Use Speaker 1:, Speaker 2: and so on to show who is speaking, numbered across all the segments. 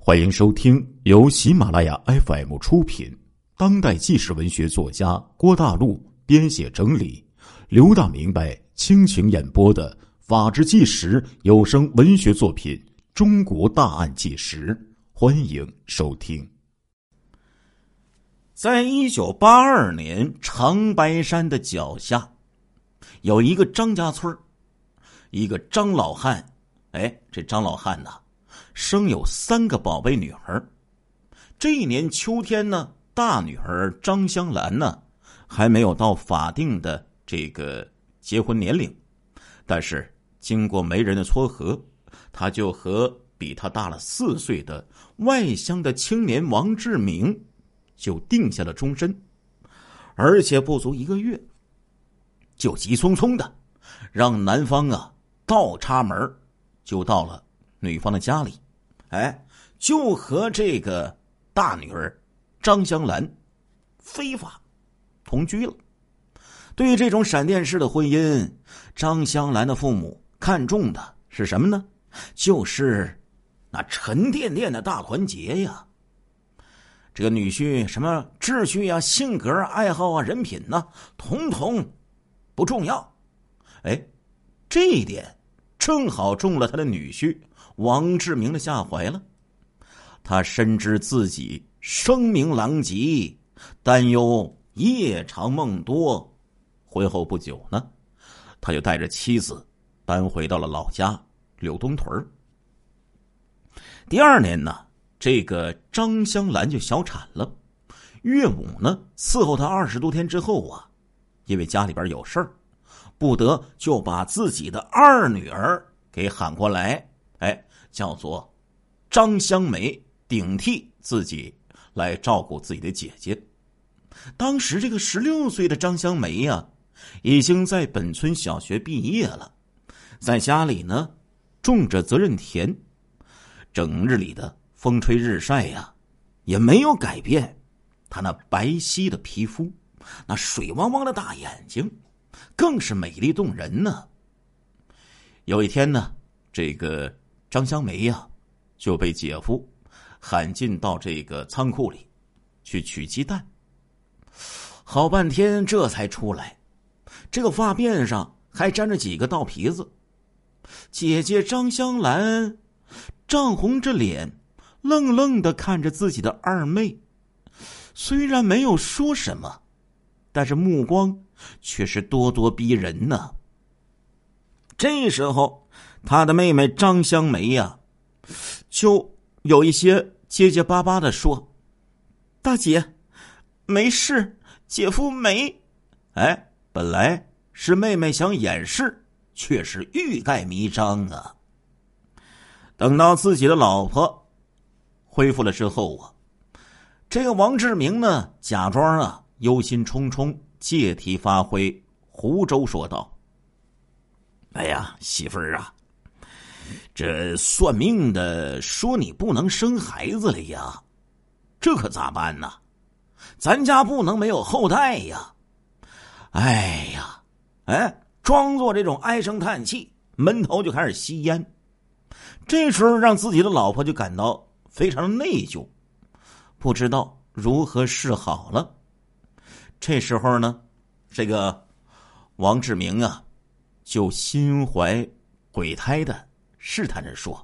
Speaker 1: 欢迎收听由喜马拉雅 FM 出品，当代纪实文学作家郭大陆编写整理，刘大明白倾情演播的法治纪实有声文学作品《中国大案纪实》，欢迎收听。
Speaker 2: 在1982年，长白山的脚下有一个张家村，一个张老汉。这张老汉呢，生有3个宝贝女儿。这一年秋天呢，大女儿张香兰呢还没有到法定的这个结婚年龄，但是经过媒人的撮合，他就和比他大了4岁的外乡的青年王志明就定下了终身，而且不足1个月，就急匆匆的让男方倒插门，就到了女方的家里，就和这个大女儿张香兰非法同居了。对于这种闪电式的婚姻，张香兰的父母看重的是什么呢？就是那沉甸甸的大团结呀。这个女婿什么秩序啊、性格啊、爱好啊、人品呢，统统不重要。这一点正好中了他的女婿王志明的下怀了。他深知自己声名狼藉，担忧夜长梦多，婚后不久呢，他就带着妻子搬回到了老家柳东屯。第2年呢，这个张香兰就小产了。岳母呢伺候她20多天之后因为家里边有事儿，不得就把自己的2女儿给喊过来，叫做张香梅，顶替自己来照顾自己的姐姐。当时这个16岁的张香梅已经在本村小学毕业了，在家里呢种着责任田，整日里的风吹日晒也没有改变她那白皙的皮肤，那水汪汪的大眼睛更是美丽动人呢。有一天呢，这个张香梅就被姐夫喊进到这个仓库里去取鸡蛋，好半天这才出来，这个发辫上还沾着几个倒皮子。姐姐张香兰涨红着脸，愣愣地看着自己的2妹，虽然没有说什么，但是目光却是咄咄逼人呢。这时候他的妹妹张香梅就有一些结结巴巴地说：“大姐，没事，姐夫没。”本来是妹妹想掩饰，却是欲盖弥彰啊。等到自己的老婆恢复了之后这个王志明呢假装忧心忡忡，借题发挥，胡诌说道：“媳妇儿这算命的说你不能生孩子了呀，这可咋办呢？咱家不能没有后代呀。”装作这种唉声叹气，闷头就开始吸烟。这时候让自己的老婆就感到非常内疚，不知道如何是好了。这时候呢，这个王志明就心怀鬼胎的试探着说：“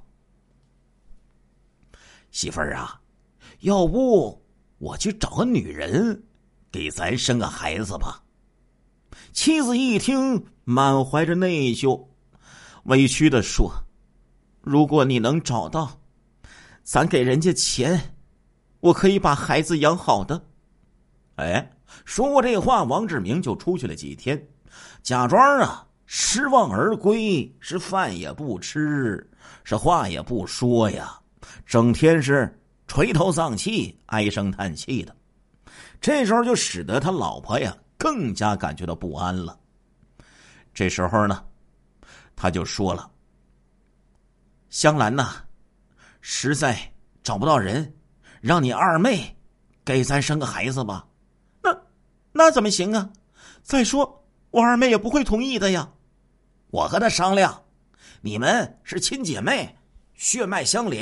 Speaker 2: 媳妇儿要不我去找个女人给咱生个孩子吧。”妻子一听，满怀着内疚，委屈的说：“如果你能找到，咱给人家钱，我可以把孩子养好的。”说过这话，王志明就出去了几天，假装失望而归，是饭也不吃，是话也不说呀，整天是垂头丧气，唉声叹气的。这时候就使得他老婆更加感觉到不安了。这时候呢，他就说了：“香兰实在找不到人，让你2妹给咱生个孩子吧。”那怎么行啊？再说我2妹也不会同意的呀。我和她商量，你们是亲姐妹，血脉相连，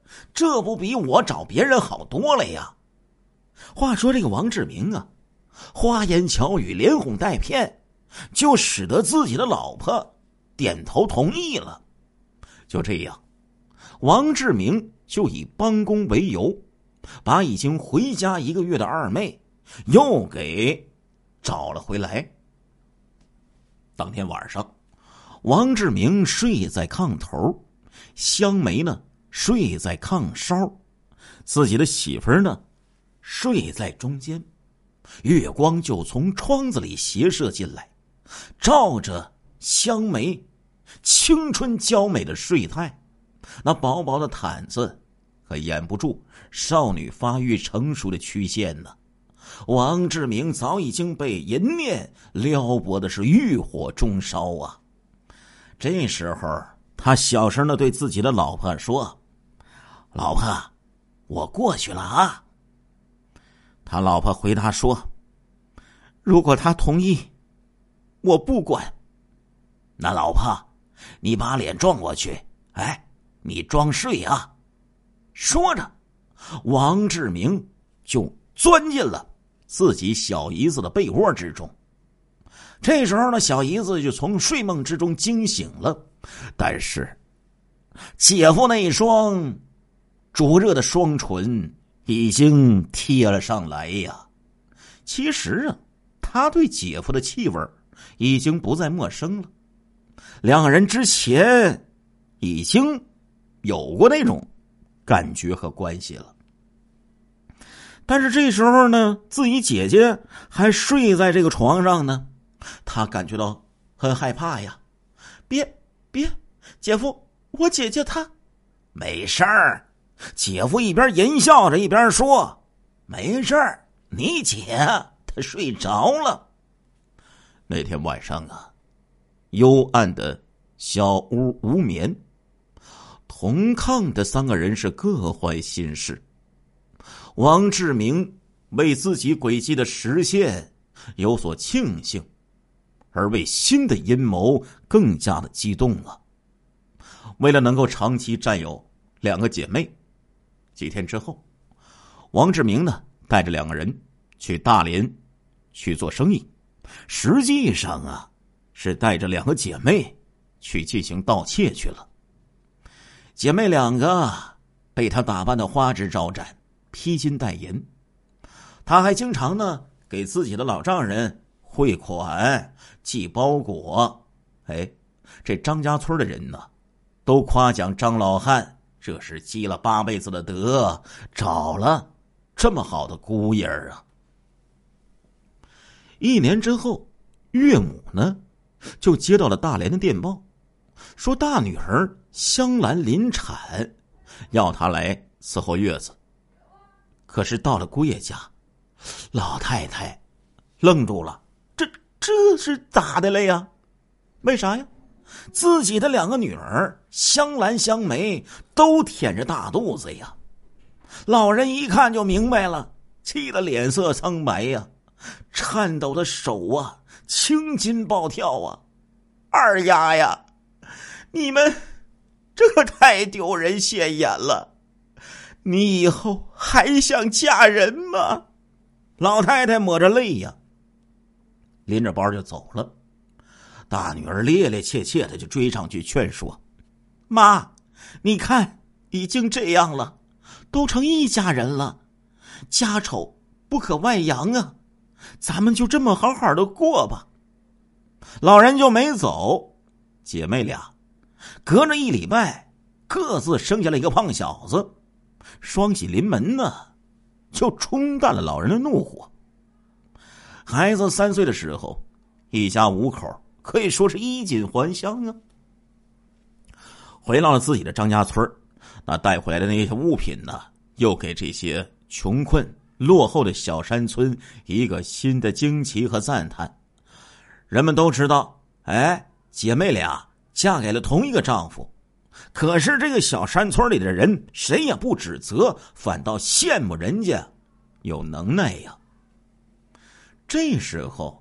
Speaker 2: 这不比我找别人好多了呀。话说这个王志明啊，花言巧语，连哄带骗，就使得自己的老婆点头同意了。就这样，王志明就以帮工为由，把已经回家1个月的二妹又给找了回来。当天晚上，王志明睡在炕头，香梅呢睡在炕梢，自己的媳妇儿呢睡在中间。月光就从窗子里斜射进来，照着香梅青春娇美的睡态，那薄薄的毯子可掩不住少女发育成熟的曲线呢。王志明早已经被淫念撩拨的是欲火中烧啊。这时候他小声的对自己的老婆说：老婆，我过去了啊。他老婆回答说：如果他同意，我不管。那老婆，你把脸转过去，你装睡啊。说着，王志明就钻进了自己小姨子的被窝之中。这时候呢，小姨子就从睡梦之中惊醒了，但是姐夫那一双灼热的双唇已经贴了上来呀。其实啊，他对姐夫的气味已经不再陌生了，两个人之前已经有过那种感觉和关系了。但是这时候呢，自己姐姐还睡在这个床上呢，他感觉到很害怕呀。别，姐夫，我姐姐她没事儿。姐夫一边淫笑着一边说：没事儿，你姐她睡着了。那天晚上啊，幽暗的小屋无眠，同炕的3个人是各怀心事。王志明为自己诡计的实现有所庆幸，而为新的阴谋更加的激动啊。为了能够长期占有2个姐妹，几天之后，王志明呢带着2个人去大连去做生意，实际上啊是带着2个姐妹去进行盗窃去了。姐妹2个被他打扮的花枝招展，披金戴银。他还经常呢给自己的老丈人汇款寄包裹。这张家村的人呢都夸奖张老汉这是积了8辈子的德，找了这么好的姑爷儿啊。1年之后，岳母呢就接到了大连的电报，说大女儿香兰临产，要她来伺候月子。可是到了姑爷家，老太太愣住了，这是咋的了呀？为啥呀？自己的2个女儿香兰香梅都舔着大肚子呀。老人一看就明白了，气得脸色苍白呀，颤抖的手啊青筋暴跳啊。二丫呀，你们这可太丢人现眼了，你以后还想嫁人吗？老太太抹着泪呀，拎着包就走了。大女儿趔趔趄趄的就追上去劝说：妈，你看已经这样了，都成一家人了，家丑不可外扬啊，咱们就这么好好的过吧。老人就没走，姐妹俩隔着1礼拜各自生下了一个胖小子，双喜临门呢，就冲淡了老人的怒火。孩子3岁的时候，一家5口可以说是衣锦还乡啊。回到了自己的张家村，那带回来的那些物品呢，又给这些穷困落后的小山村一个新的惊奇和赞叹。人们都知道，姐妹俩嫁给了同一个丈夫，可是这个小山村里的人谁也不指责，反倒羡慕人家有能耐呀。这时候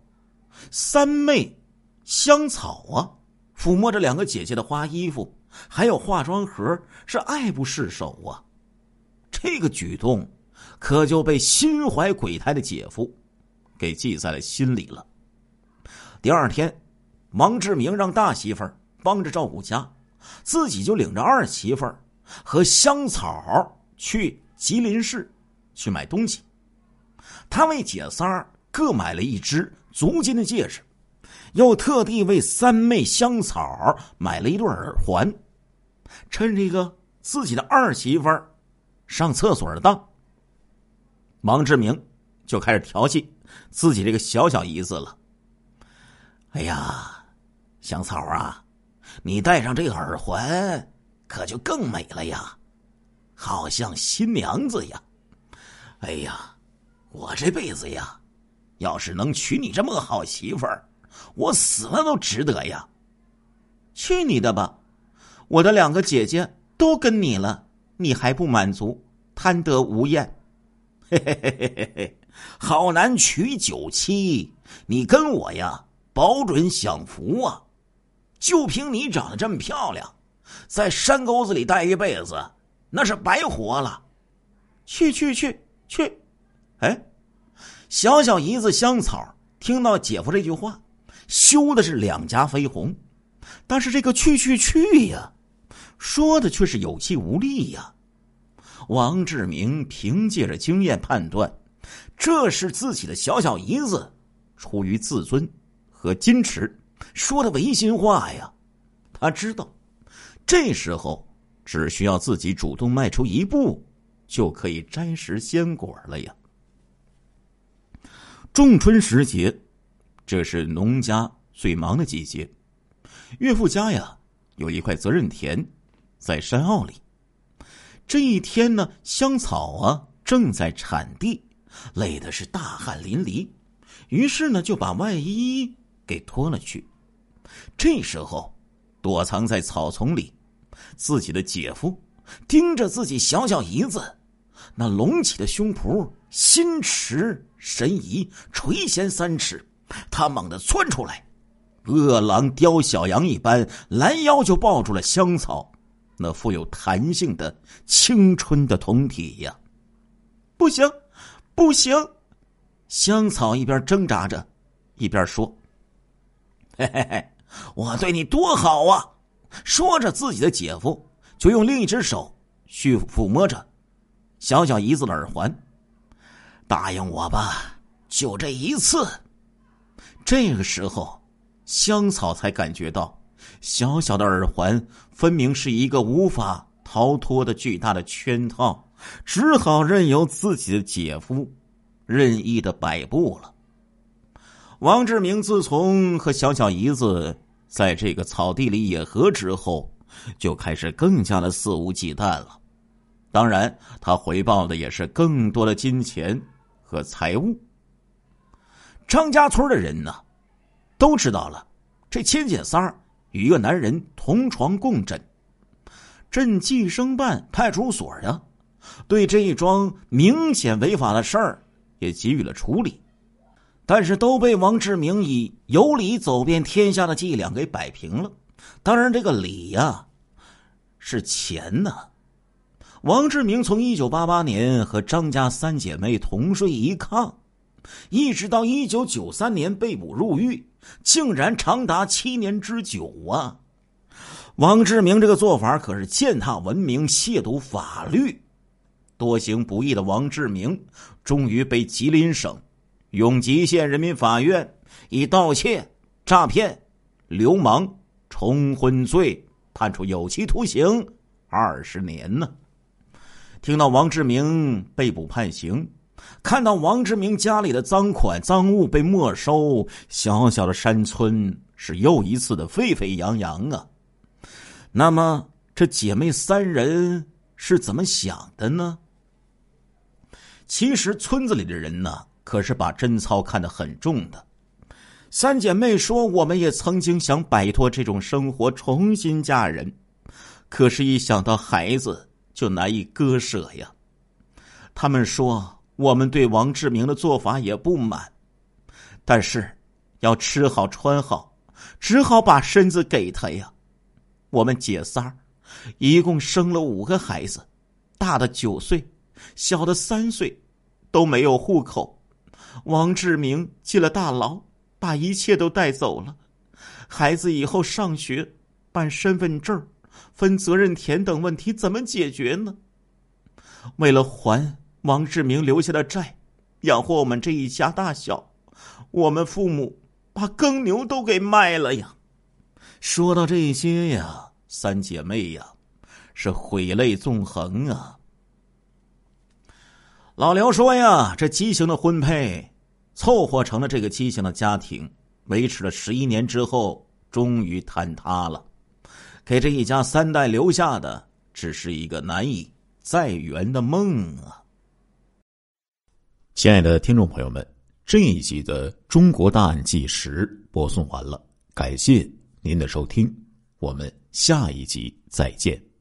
Speaker 2: 3妹香草啊抚摸着2个姐姐的花衣服还有化妆盒，是爱不释手啊。 这个举动可就被心怀鬼胎的姐夫给记在了心里了。第二天，王志明让大媳妇儿帮着照顾家，自己就领着二媳妇儿和香草去吉林市去买东西。他为姐仨各买了一只足金的戒指，又特地为三妹香草买了一对耳环。趁这个自己的二媳妇儿上厕所的当，王志明就开始调戏自己这个小小姨子了。哎呀，香草啊，你戴上这个耳环可就更美了呀，好像新娘子呀。哎呀，我这辈子呀，要是能娶你这么个好媳妇儿，我死了都值得呀。去你的吧，我的两个姐姐都跟你了，你还不满足，贪得无厌。嘿嘿嘿嘿嘿，好男娶九妻，你跟我呀保准享福啊。就凭你长得这么漂亮，在山沟子里待一辈子那是白活了。去！哎，小小姨子香草听到姐夫这句话，羞的是两颊绯红，但是这个去呀，说的却是有气无力呀。王志明凭借着经验判断，这是自己的小小姨子出于自尊和矜持说的违心话呀。他知道这时候只需要自己主动迈出一步，就可以摘食鲜果了呀。仲春时节，这是农家最忙的季节。岳父家呀有一块责任田在山坳里。这一天呢，香草啊正在铲地，累的是大汗淋漓，于是呢就把外衣给脱了去。这时候躲藏在草丛里，自己的姐夫盯着自己小小姨子那隆起的胸脯，心驰神移，垂涎三尺。他猛地窜出来，饿狼叼小羊一般拦腰就抱住了香草那富有弹性的青春的酮体呀。不行，香草一边挣扎着一边说，嘿嘿嘿，我对你多好啊。说着，自己的姐夫就用另一只手去抚摸着小小姨子的耳环。答应我吧，就这一次。这个时候，香草才感觉到小小的耳环分明是一个无法逃脱的巨大的圈套，只好任由自己的姐夫任意的摆布了。王志明自从和小小姨子在这个草地里野合之后，就开始更加的肆无忌惮了。当然，他回报的也是更多的金钱和财物。张家村的人呢，都知道了这亲姐仨与一个男人同床共枕。镇计生办派出所呀，对这一桩明显违法的事儿也给予了处理，但是都被王志明以有理走遍天下的伎俩给摆平了。当然，这个理呀，是钱呢。王志明从1988年和张家三姐妹同睡一炕，一直到1993年被捕入狱，竟然长达7年之久啊！王志明这个做法可是践踏文明、亵渎法律。多行不义的王志明终于被吉林省永吉县人民法院以盗窃、诈骗、流氓、重婚罪判处有期徒刑20年呢。听到王志明被捕判刑，看到王志明家里的赃款赃物被没收，小小的山村是又一次的沸沸扬扬啊。那么这姐妹三人是怎么想的呢？其实村子里的人呢，可是把贞操看得很重的。三姐妹说，我们也曾经想摆脱这种生活，重新嫁人，可是一想到孩子就难以割舍呀。他们说，我们对王志明的做法也不满，但是要吃好穿好，只好把身子给他呀。我们姐仨一共生了5个孩子，大的9岁， 小的3岁，都没有户口。王志明进了大牢，把一切都带走了。孩子以后上学、办身份证、分责任田等问题怎么解决呢？为了还王志明留下的债，养活我们这一家大小，我们父母把耕牛都给卖了呀。说到这些呀，3姐妹呀是悔泪纵横啊。老刘说呀，这畸形的婚配凑合成了这个畸形的家庭，维持了11年之后终于坍塌了，给这一家3代留下的只是一个难以再圆的梦啊。
Speaker 1: 亲爱的听众朋友们，这一集的中国大案纪实播送完了，感谢您的收听，我们下一集再见。